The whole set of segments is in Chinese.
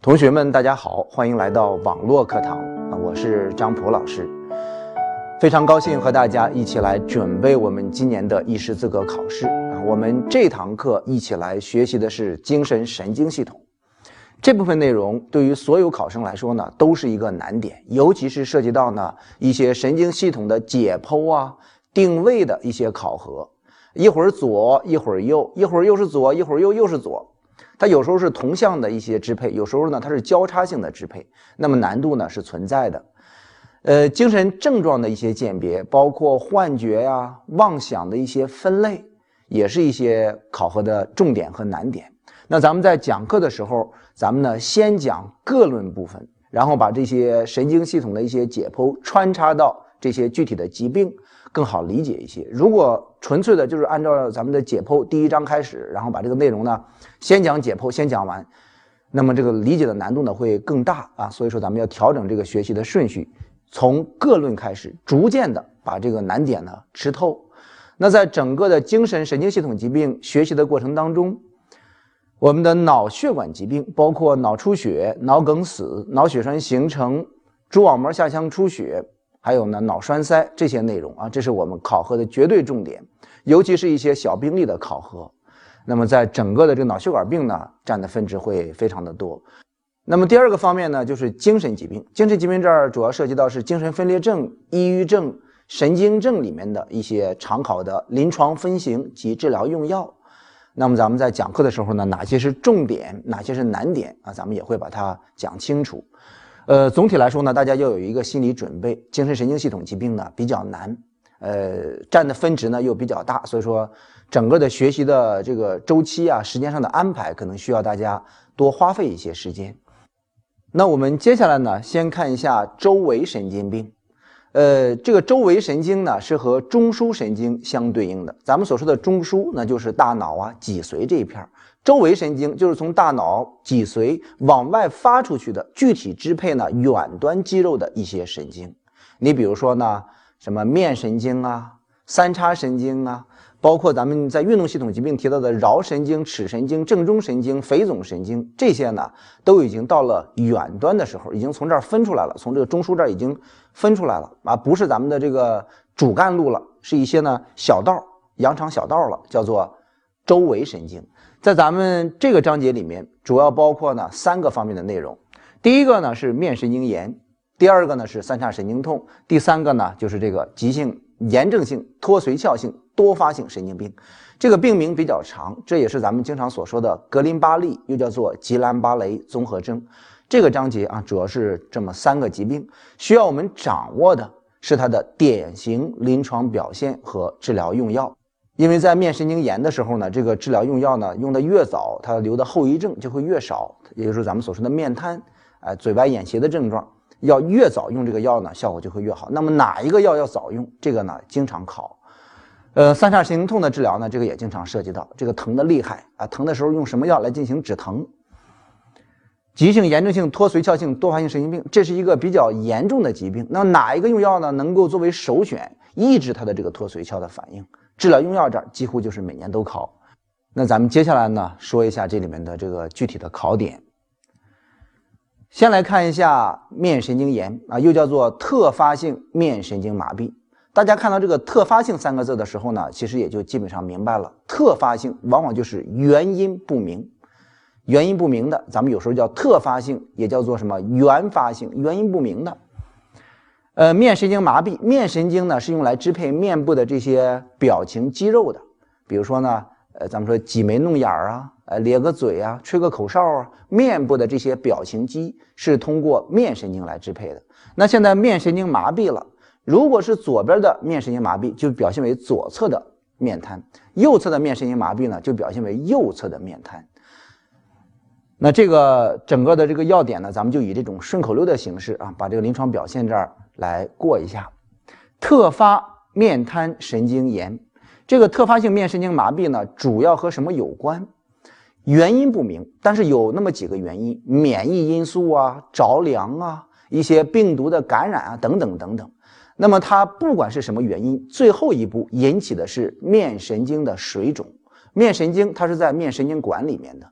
同学们，大家好，欢迎来到网络课堂我是张普老师，非常高兴和大家一起来准备我们今年的医师资格考试我们这堂课一起来学习的是精神神经系统。这部分内容对于所有考生来说呢，都是一个难点，尤其是涉及到呢一些神经系统的解剖啊、定位的一些考核，一会儿左，一会儿右，一会儿又是左，一会儿又是左。它有时候是同向的一些支配，有时候呢它是交叉性的支配，那么难度呢是存在的。精神症状的一些鉴别，包括幻觉呀、妄想的一些分类，也是一些考核的重点和难点。那咱们在讲课的时候，咱们呢先讲个论部分，然后把这些神经系统的一些解剖穿插到这些具体的疾病，更好理解一些。如果纯粹的就是按照咱们的解剖第一章开始，然后把这个内容呢先讲解剖，先讲完，那么这个理解的难度呢会更大所以说咱们要调整这个学习的顺序，从个论开始，逐渐的把这个难点呢吃透。那在整个的精神神经系统疾病学习的过程当中，我们的脑血管疾病，包括脑出血、脑梗死、脑血栓形成、蛛网膜下腔出血，还有呢脑栓塞这些内容这是我们考核的绝对重点，尤其是一些小病例的考核。那么在整个的这个脑血管病呢，占的分值会非常的多。那么第二个方面呢，就是精神疾病。精神疾病这儿主要涉及到是精神分裂症、抑郁症、神经症里面的一些常考的临床分型及治疗用药。那么咱们在讲课的时候呢，哪些是重点，哪些是难点咱们也会把它讲清楚。总体来说呢，大家要有一个心理准备，精神神经系统疾病呢比较难，占的分值呢又比较大，所以说整个的学习的这个周期时间上的安排可能需要大家多花费一些时间。那我们接下来呢，先看一下周围神经病。这个周围神经呢是和中枢神经相对应的。咱们所说的中枢那就是大脑脊髓这一片，周围神经就是从大脑脊髓往外发出去的，具体支配呢远端肌肉的一些神经。你比如说呢，什么面神经三叉神经包括咱们在运动系统疾病提到的桡神经、尺神经、正中神经、腓总神经，这些呢都已经到了远端的时候，已经从这儿分出来了，从这个中枢这儿已经分出来了不是咱们的这个主干路了，是一些呢小道、羊肠小道了，叫做周围神经。在咱们这个章节里面，主要包括呢3个方面的内容。第一个呢是面神经炎，第二个呢是三叉神经痛，第三个呢就是这个急性炎症性脱髓鞘性多发性神经病。这个病名比较长，这也是咱们经常所说的格林巴利，又叫做吉兰巴雷综合征。这个章节主要是这么3个疾病，需要我们掌握的是它的典型临床表现和治疗用药。因为在面神经炎的时候呢，这个治疗用药呢用的越早，它留的后遗症就会越少，也就是咱们所说的面瘫嘴歪眼斜的症状，要越早用这个药呢效果就会越好。那么哪一个药要早用，这个呢经常考。三叉神经痛的治疗呢，这个也经常涉及到，这个疼的厉害疼的时候用什么药来进行止疼。急性炎症性脱髓鞘性多发性神经病，这是一个比较严重的疾病，那哪一个用药呢能够作为首选抑制它的这个脱髓鞘的反应？治疗用药这儿几乎就是每年都考。那咱们接下来呢说一下这里面的这个具体的考点。先来看一下面神经炎又叫做特发性面神经麻痹。大家看到这个特发性3个字的时候呢，其实也就基本上明白了，特发性往往就是原因不明，原因不明的咱们有时候叫特发性，也叫做什么原发性，原因不明的。面神经麻痹，面神经呢是用来支配面部的这些表情肌肉的，比如说呢咱们说挤眉弄眼咧个嘴吹个口哨面部的这些表情肌是通过面神经来支配的。那现在面神经麻痹了，如果是左边的面神经麻痹，就表现为左侧的面瘫，右侧的面神经麻痹呢就表现为右侧的面瘫。那这个整个的这个要点呢，咱们就以这种顺口溜的形式把这个临床表现这儿来过一下。特发面瘫神经炎，这个特发性面神经麻痹呢主要和什么有关？原因不明，但是有那么几个原因，免疫因素着凉一些病毒的感染等等等等。那么它不管是什么原因，最后一步引起的是面神经的水肿。面神经它是在面神经管里面的，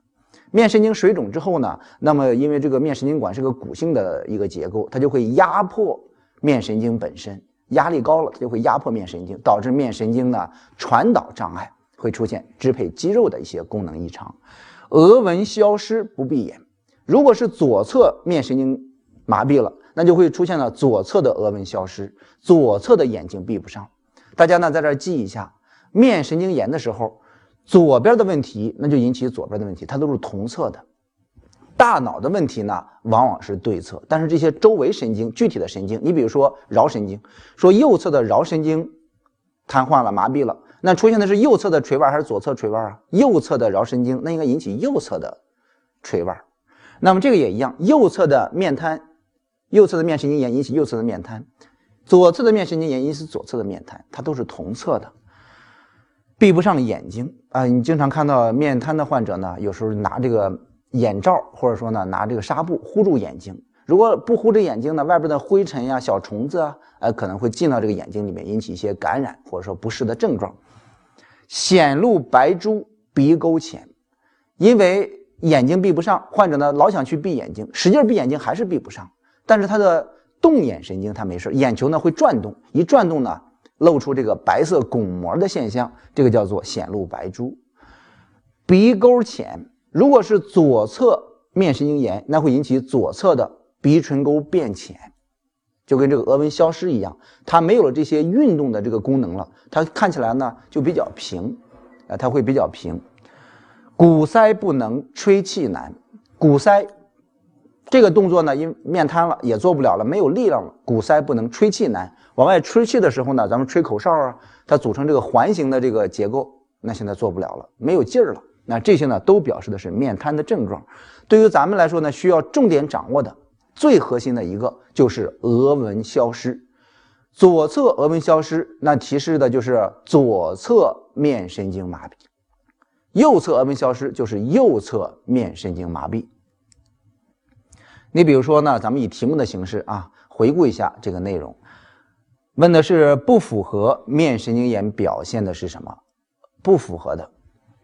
面神经水肿之后呢，那么因为这个面神经管是个骨性的一个结构，它就会压迫面神经本身，压力高了，它就会压迫面神经，导致面神经呢传导障碍，会出现支配肌肉的一些功能异常。额纹消失不闭眼，如果是左侧面神经麻痹了，那就会出现了左侧的额纹消失，左侧的眼睛闭不上。大家呢在这儿记一下，面神经炎的时候，左边的问题那就引起左边的问题，它都是同侧的。大脑的问题呢往往是对侧，但是这些周围神经具体的神经，你比如说桡神经，说右侧的桡神经瘫痪了麻痹了，那出现的是右侧的垂腕还是左侧垂腕啊？右侧的桡神经那应该引起右侧的垂腕。那么这个也一样，右侧的面瘫，右侧的面神经炎引起右侧的面瘫，左侧的面神经炎引起左侧的面瘫，它都是同侧的。闭不上眼睛啊，你经常看到面瘫的患者呢，有时候拿这个眼罩或者说呢拿这个纱布糊住眼睛，如果不糊着眼睛呢，外边的灰尘呀、小虫子啊，可能会进到这个眼睛里面，引起一些感染或者说不适的症状。显露白珠，鼻沟浅，因为眼睛闭不上，患者呢老想去闭眼睛，使劲闭眼睛还是闭不上，但是他的动眼神经他没事，眼球呢会转动，一转动呢露出这个白色巩膜的现象，这个叫做显露白珠。鼻沟浅，如果是左侧面神经炎，那会引起左侧的鼻唇沟变浅，就跟这个额纹消失一样，它没有了这些运动的这个功能了，它看起来呢就比较平，它会比较平。鼓塞不能，吹气难。鼓塞这个动作呢，因为面瘫了也做不了了，没有力量了，鼓塞不能，吹气难。往外吹气的时候呢，咱们吹口哨啊，它组成这个环形的这个结构，那现在做不了了，没有劲儿了。那这些呢都表示的是面瘫的症状。对于咱们来说呢，需要重点掌握的最核心的一个就是额纹消失。左侧额纹消失，那提示的就是左侧面神经麻痹；右侧额纹消失就是右侧面神经麻痹。你比如说呢，咱们以题目的形式啊，回顾一下这个内容。问的是不符合面神经炎表现的是什么？不符合的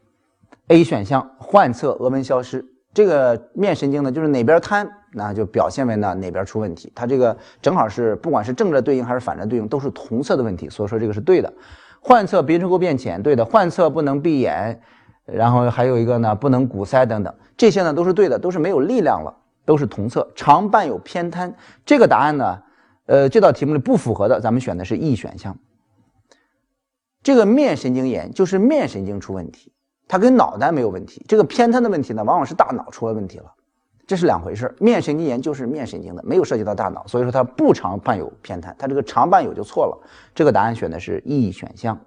A 选项患侧额纹消失，这个面神经呢就是哪边瘫，那就表现为呢哪边出问题，它这个正好是不管是正着对应还是反着对应都是同侧的问题，所以说这个是对的。患侧鼻唇沟变浅，对的。患侧不能闭眼，然后还有一个呢不能鼓塞等等，这些呢都是对的，都是没有力量了，都是同侧。常伴有偏瘫，这个答案呢这道题目里不符合的，咱们选的是 E 选项。这个面神经炎就是面神经出问题，它跟脑袋没有问题。这个偏瘫的问题呢，往往是大脑出了问题了，这是两回事。面神经炎就是面神经的，没有涉及到大脑，所以说它不常伴有偏瘫，它这个常伴有就错了。这个答案选的是 E 选项。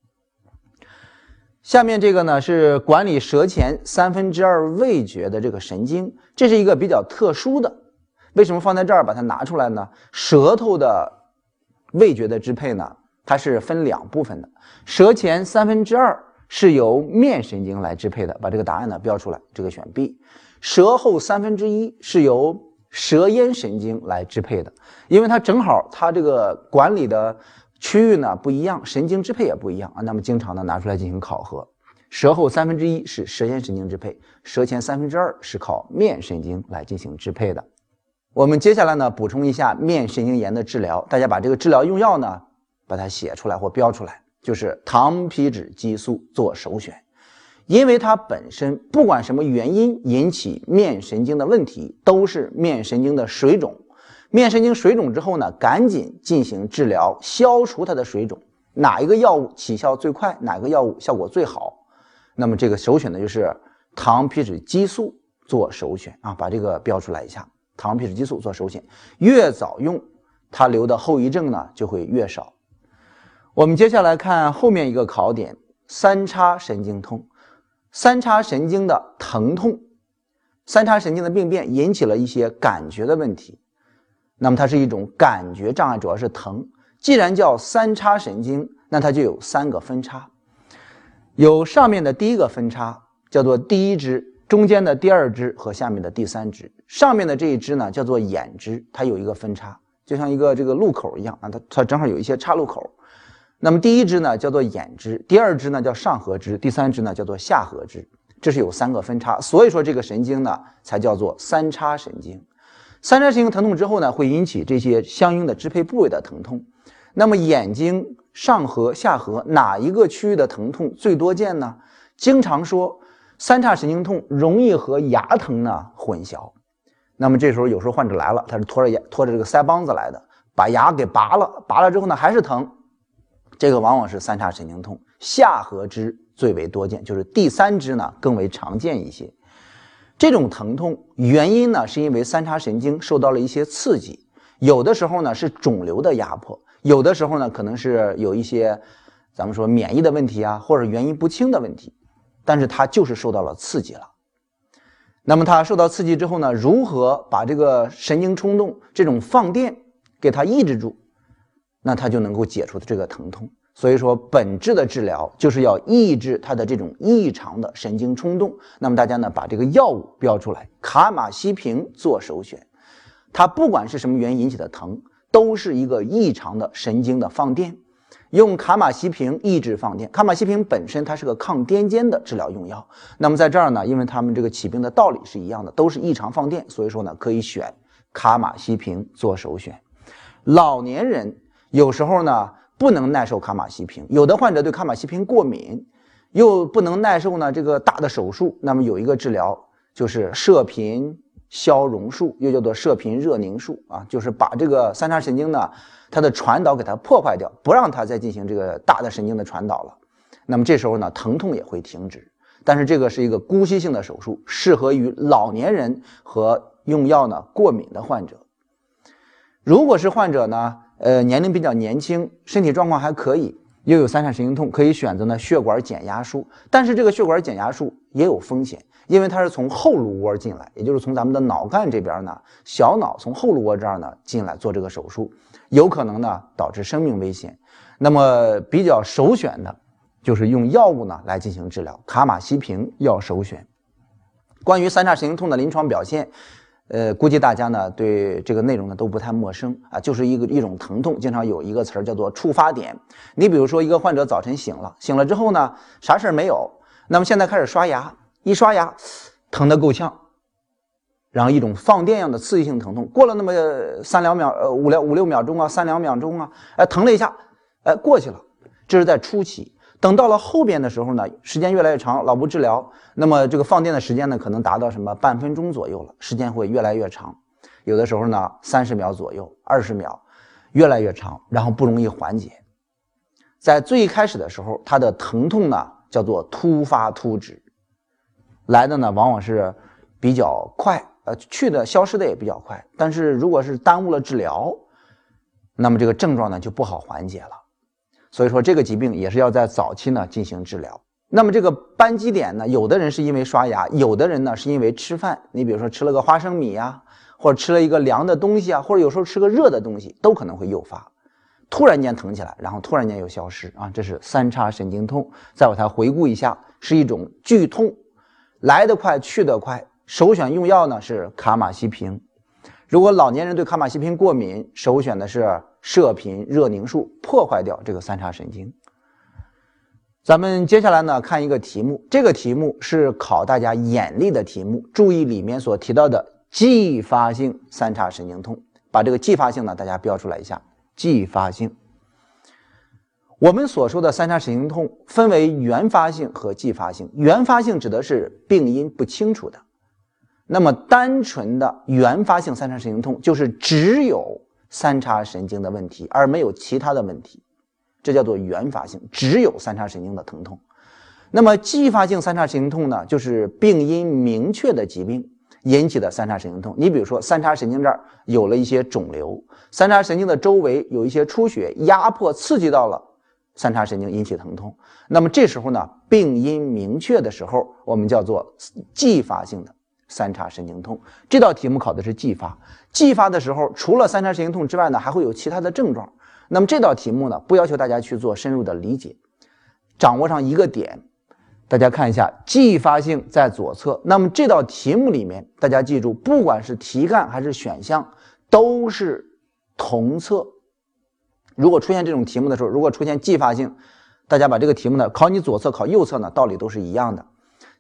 下面这个呢是管理舌前2/3味觉的这个神经，这是一个比较特殊的。为什么放在这儿把它拿出来呢？舌头的味觉的支配呢，它是分两部分的。舌前2/3是由面神经来支配的，把这个答案呢标出来，这个选 B。舌后1/3是由舌咽神经来支配的，因为它正好它这个管理的区域呢不一样，神经支配也不一样啊，那么经常呢拿出来进行考核。舌后1/3是舌咽神经支配，舌前2/3是靠面神经来进行支配的。我们接下来呢补充一下面神经炎的治疗，大家把这个治疗用药呢把它写出来或标出来，就是糖皮质激素做首选。因为它本身不管什么原因引起面神经的问题，都是面神经的水肿。面神经水肿之后呢，赶紧进行治疗，消除它的水肿。哪一个药物起效最快，哪个药物效果最好，那么这个首选的就是糖皮质激素做首选啊，把这个标出来一下。糖皮质激素做首选，越早用它留的后遗症呢就会越少。我们接下来看后面一个考点，三叉神经痛。三叉神经的疼痛，三叉神经的病变引起了一些感觉的问题，那么它是一种感觉障碍，主要是疼。既然叫三叉神经，那它就有3个分叉，有上面的第一个分叉叫做第一支，中间的第二支和下面的第3支。上面的这一支呢叫做眼支，它有一个分叉，就像一个这个路口一样啊，它正好有一些岔路口。那么第一支呢叫做眼支，第二支呢叫上颌支，第3支呢叫做下颌支。 这是有3个分叉，所以说这个神经呢才叫做三叉神经。三叉神经疼痛之后呢，会引起这些相应的支配部位的疼痛。那么眼睛上颌、下颌哪一个区域的疼痛最多见呢？经常说三叉神经痛容易和牙疼呢混淆。那么这时候有时候患者来了，他是拖着这个腮帮子来的，把牙给拔了之后呢还是疼，这个往往是三叉神经痛。下颌支最为多见，就是第3支呢更为常见一些。这种疼痛原因呢是因为三叉神经受到了一些刺激，有的时候呢是肿瘤的压迫，有的时候呢可能是有一些咱们说免疫的问题啊，或者原因不清的问题，但是它就是受到了刺激了。那么它受到刺激之后呢，如何把这个神经冲动这种放电给它抑制住，那它就能够解除这个疼痛。所以说本质的治疗就是要抑制它的这种异常的神经冲动。那么大家呢把这个药物标出来，卡马西平做首选。它不管是什么原因引起的疼，都是一个异常的神经的放电，用卡马西平抑制放电。卡马西平本身它是个抗癫痫的治疗用药，那么在这儿呢，因为他们这个起病的道理是一样的，都是异常放电，所以说呢可以选卡马西平做首选。老年人有时候呢不能耐受卡马西平，有的患者对卡马西平过敏，又不能耐受呢这个大的手术，那么有一个治疗就是射频消融术，又叫做射频热凝术啊，就是把这个三叉神经呢它的传导给它破坏掉，不让它再进行这个大的神经的传导了。那么这时候呢疼痛也会停止，但是这个是一个姑息性的手术，适合于老年人和用药呢过敏的患者。如果是患者呢年龄比较年轻，身体状况还可以，又有三叉神经痛，可以选择呢血管减压术。但是这个血管减压术也有风险，因为它是从后颅窝进来，也就是从咱们的脑干这边呢，小脑从后颅窝这儿呢进来做这个手术，有可能呢导致生命危险。那么比较首选的就是用药物呢来进行治疗，卡马西平要首选。关于三叉神经痛的临床表现，估计大家呢对这个内容呢都不太陌生啊，就是一种疼痛，经常有一个词儿叫做触发点。你比如说一个患者早晨醒了之后呢，啥事儿没有，那么现在开始刷牙，一刷牙疼得够呛，然后一种放电样的刺激性疼痛，过了那么5、6秒钟啊，3、2秒钟啊，疼了一下，过去了，这是在初期。等到了后边的时候呢，时间越来越长，脑部治疗，那么这个放电的时间呢，可能达到什么半分钟左右了，时间会越来越长，有的时候呢30秒左右，20秒，越来越长，然后不容易缓解。在最开始的时候，它的疼痛呢叫做突发突止，来的呢往往是比较快，去的消失的也比较快，但是如果是耽误了治疗，那么这个症状呢就不好缓解了。所以说这个疾病也是要在早期呢进行治疗。那么这个扳机点呢，有的人是因为刷牙，有的人呢是因为吃饭，你比如说吃了个花生米啊，或者吃了一个凉的东西啊，或者有时候吃个热的东西，都可能会诱发，突然间疼起来，然后突然间又消失啊，这是三叉神经痛。再把它回顾一下，是一种剧痛，来得快去得快，首选用药呢是卡马西平。如果老年人对卡马西平过敏，首选的是射频热凝术，破坏掉这个三叉神经。咱们接下来呢看一个题目，这个题目是考大家眼力的题目，注意里面所提到的继发性三叉神经痛，把这个继发性呢大家标出来一下。继发性，我们所说的三叉神经痛分为原发性和继发性。原发性指的是病因不清楚的，那么单纯的原发性三叉神经痛就是只有三叉神经的问题，而没有其他的问题，这叫做原发性，只有三叉神经的疼痛。那么继发性三叉神经痛呢，就是病因明确的疾病引起的三叉神经痛。你比如说三叉神经这儿有了一些肿瘤，三叉神经的周围有一些出血，压迫刺激到了三叉神经，引起疼痛。那么这时候呢，病因明确的时候，我们叫做继发性的三叉神经痛。这道题目考的是继发，继发的时候除了三叉神经痛之外呢，还会有其他的症状。那么这道题目呢，不要求大家去做深入的理解，掌握上一个点。大家看一下，继发性在左侧，那么这道题目里面大家记住，不管是题干还是选项都是同侧。如果出现这种题目的时候，如果出现继发性，大家把这个题目呢考你左侧考右侧呢，道理都是一样的。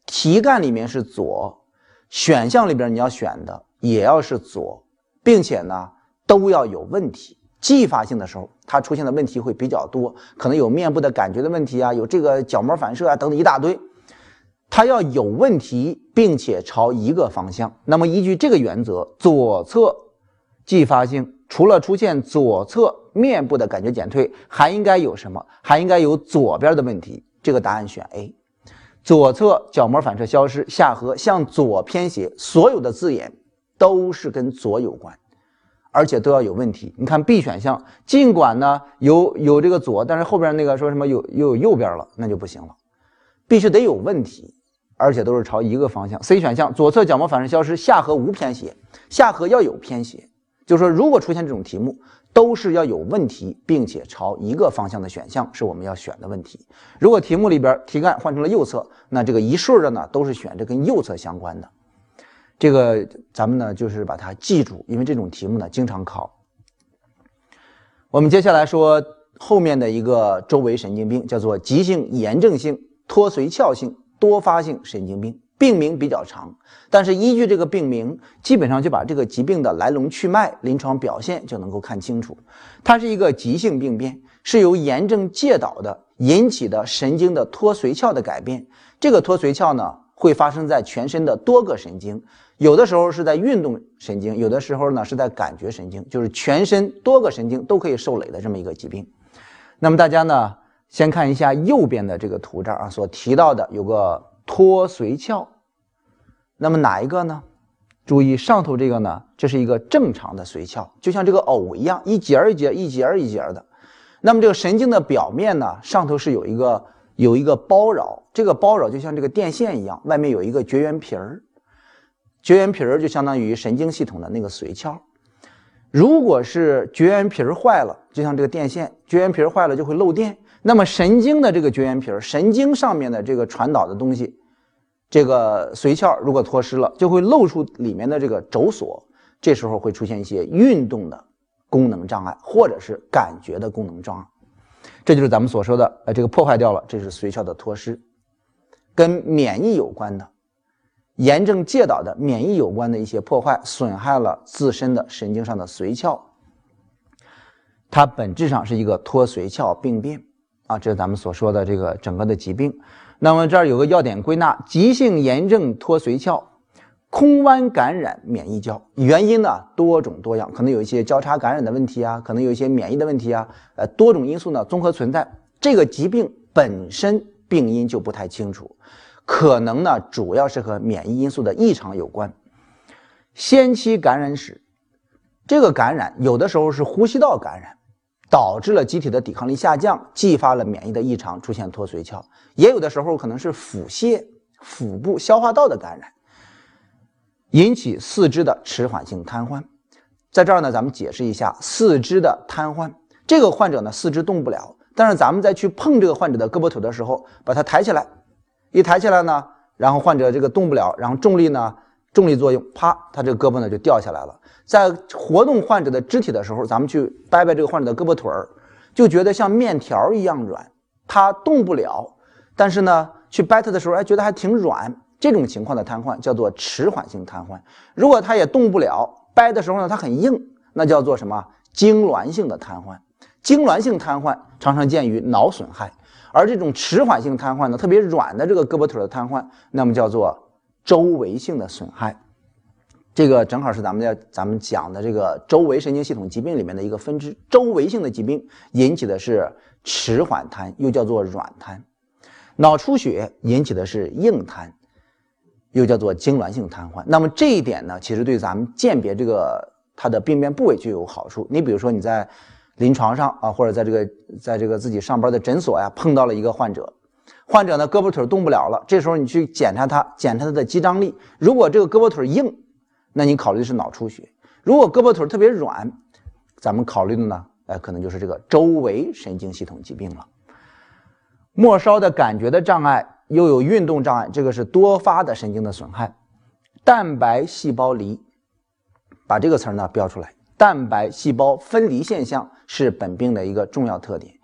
题干里面是左，选项里边你要选的也要是左，并且呢都要有问题。继发性的时候，它出现的问题会比较多，可能有面部的感觉的问题啊，有这个角膜反射啊等等一大堆。它要有问题，并且朝一个方向。那么依据这个原则，左侧继发性除了出现左侧面部的感觉减退，还应该有什么？还应该有左边的问题。这个答案选 A。左侧角膜反射消失，下颌向左偏斜，所有的字眼都是跟左有关，而且都要有问题。你看 B 选项，尽管呢有这个左，但是后边那个说什么又有右边了，那就不行了，必须得有问题，而且都是朝一个方向。C 选项，左侧角膜反射消失，下颌无偏斜，下颌要有偏斜，就是说如果出现这种题目，都是要有问题，并且朝一个方向的选项是我们要选的问题。如果题目里边题干换成了右侧，那这个一顺的呢都是选这跟右侧相关的。这个咱们呢就是把它记住，因为这种题目呢经常考。我们接下来说后面的一个周围神经病，叫做急性炎症性脱髓鞘性多发性神经病。病名比较长，但是依据这个病名，基本上就把这个疾病的来龙去脉、临床表现就能够看清楚。它是一个急性病变，是由炎症介导的引起的神经的脱髓鞘的改变。这个脱髓鞘呢，会发生在全身的多个神经，有的时候是在运动神经，有的时候呢是在感觉神经，就是全身多个神经都可以受累的这么一个疾病。那么大家呢，先看一下右边的这个图这儿啊，所提到的有个脱髓鞘，那么哪一个呢？注意上头这个呢，这是一个正常的髓鞘，就像这个藕一样，一节一节一节一节的。那么这个神经的表面呢，上头是有一个包绕，这个包绕就像这个电线一样，外面有一个绝缘皮儿，绝缘皮儿就相当于神经系统的那个髓鞘。如果是绝缘皮儿坏了，就像这个电线，绝缘皮儿坏了就会漏电。那么神经的这个绝缘皮儿，神经上面的这个传导的东西，这个髓鞘如果脱失了，就会露出里面的这个轴索，这时候会出现一些运动的功能障碍，或者是感觉的功能障碍。这就是咱们所说的这个破坏掉了，这是髓鞘的脱失。跟免疫有关的炎症介导的免疫有关的一些破坏，损害了自身的神经上的髓鞘，它本质上是一个脱髓鞘病变啊，这是咱们所说的这个整个的疾病。那么这儿有个要点归纳：急性炎症脱髓鞘空弯感染免疫胶，原因呢多种多样，可能有一些交叉感染的问题啊，可能有一些免疫的问题啊，多种因素呢综合存在。这个疾病本身病因就不太清楚，可能呢主要是和免疫因素的异常有关。先期感染史，这个感染有的时候是呼吸道感染，导致了机体的抵抗力下降，继发了免疫的异常，出现脱髓鞘；也有的时候可能是腹泻、腹部消化道的感染，引起四肢的迟缓性瘫痪。在这儿呢，咱们解释一下四肢的瘫痪。这个患者呢，四肢动不了，但是咱们再去碰这个患者的胳膊腿的时候，把它抬起来，一抬起来呢，然后患者这个动不了，然后重力作用，啪，他这个胳膊呢就掉下来了。在活动患者的肢体的时候，咱们去掰掰这个患者的胳膊腿儿，就觉得像面条一样软，他动不了，但是呢，去掰它的时候，觉得还挺软。这种情况的瘫痪叫做迟缓性瘫痪。如果他也动不了，掰的时候呢，它很硬，那叫做什么？痉挛性的瘫痪。痉挛性瘫痪常常见于脑损害，而这种迟缓性瘫痪呢，特别软的这个胳膊腿的瘫痪，那么叫做周围性的损害。这个正好是咱们讲的这个周围神经系统疾病里面的一个分支。周围性的疾病引起的是迟缓瘫，又叫做软瘫。脑出血引起的是硬瘫，又叫做痉挛性瘫痪。那么这一点呢，其实对咱们鉴别这个它的病变部位就有好处。你比如说你在临床上啊，或者在这个自己上班的诊所呀，碰到了一个患者呢胳膊腿动不了了，这时候你去检查他的肌张力，如果这个胳膊腿硬，那你考虑的是脑出血；如果胳膊腿特别软，咱们考虑的呢，可能就是这个周围神经系统疾病了。末梢的感觉的障碍，又有运动障碍，这个是多发的神经的损害。蛋白细胞离，把这个词呢标出来。蛋白细胞分离现象是本病的一个重要特点。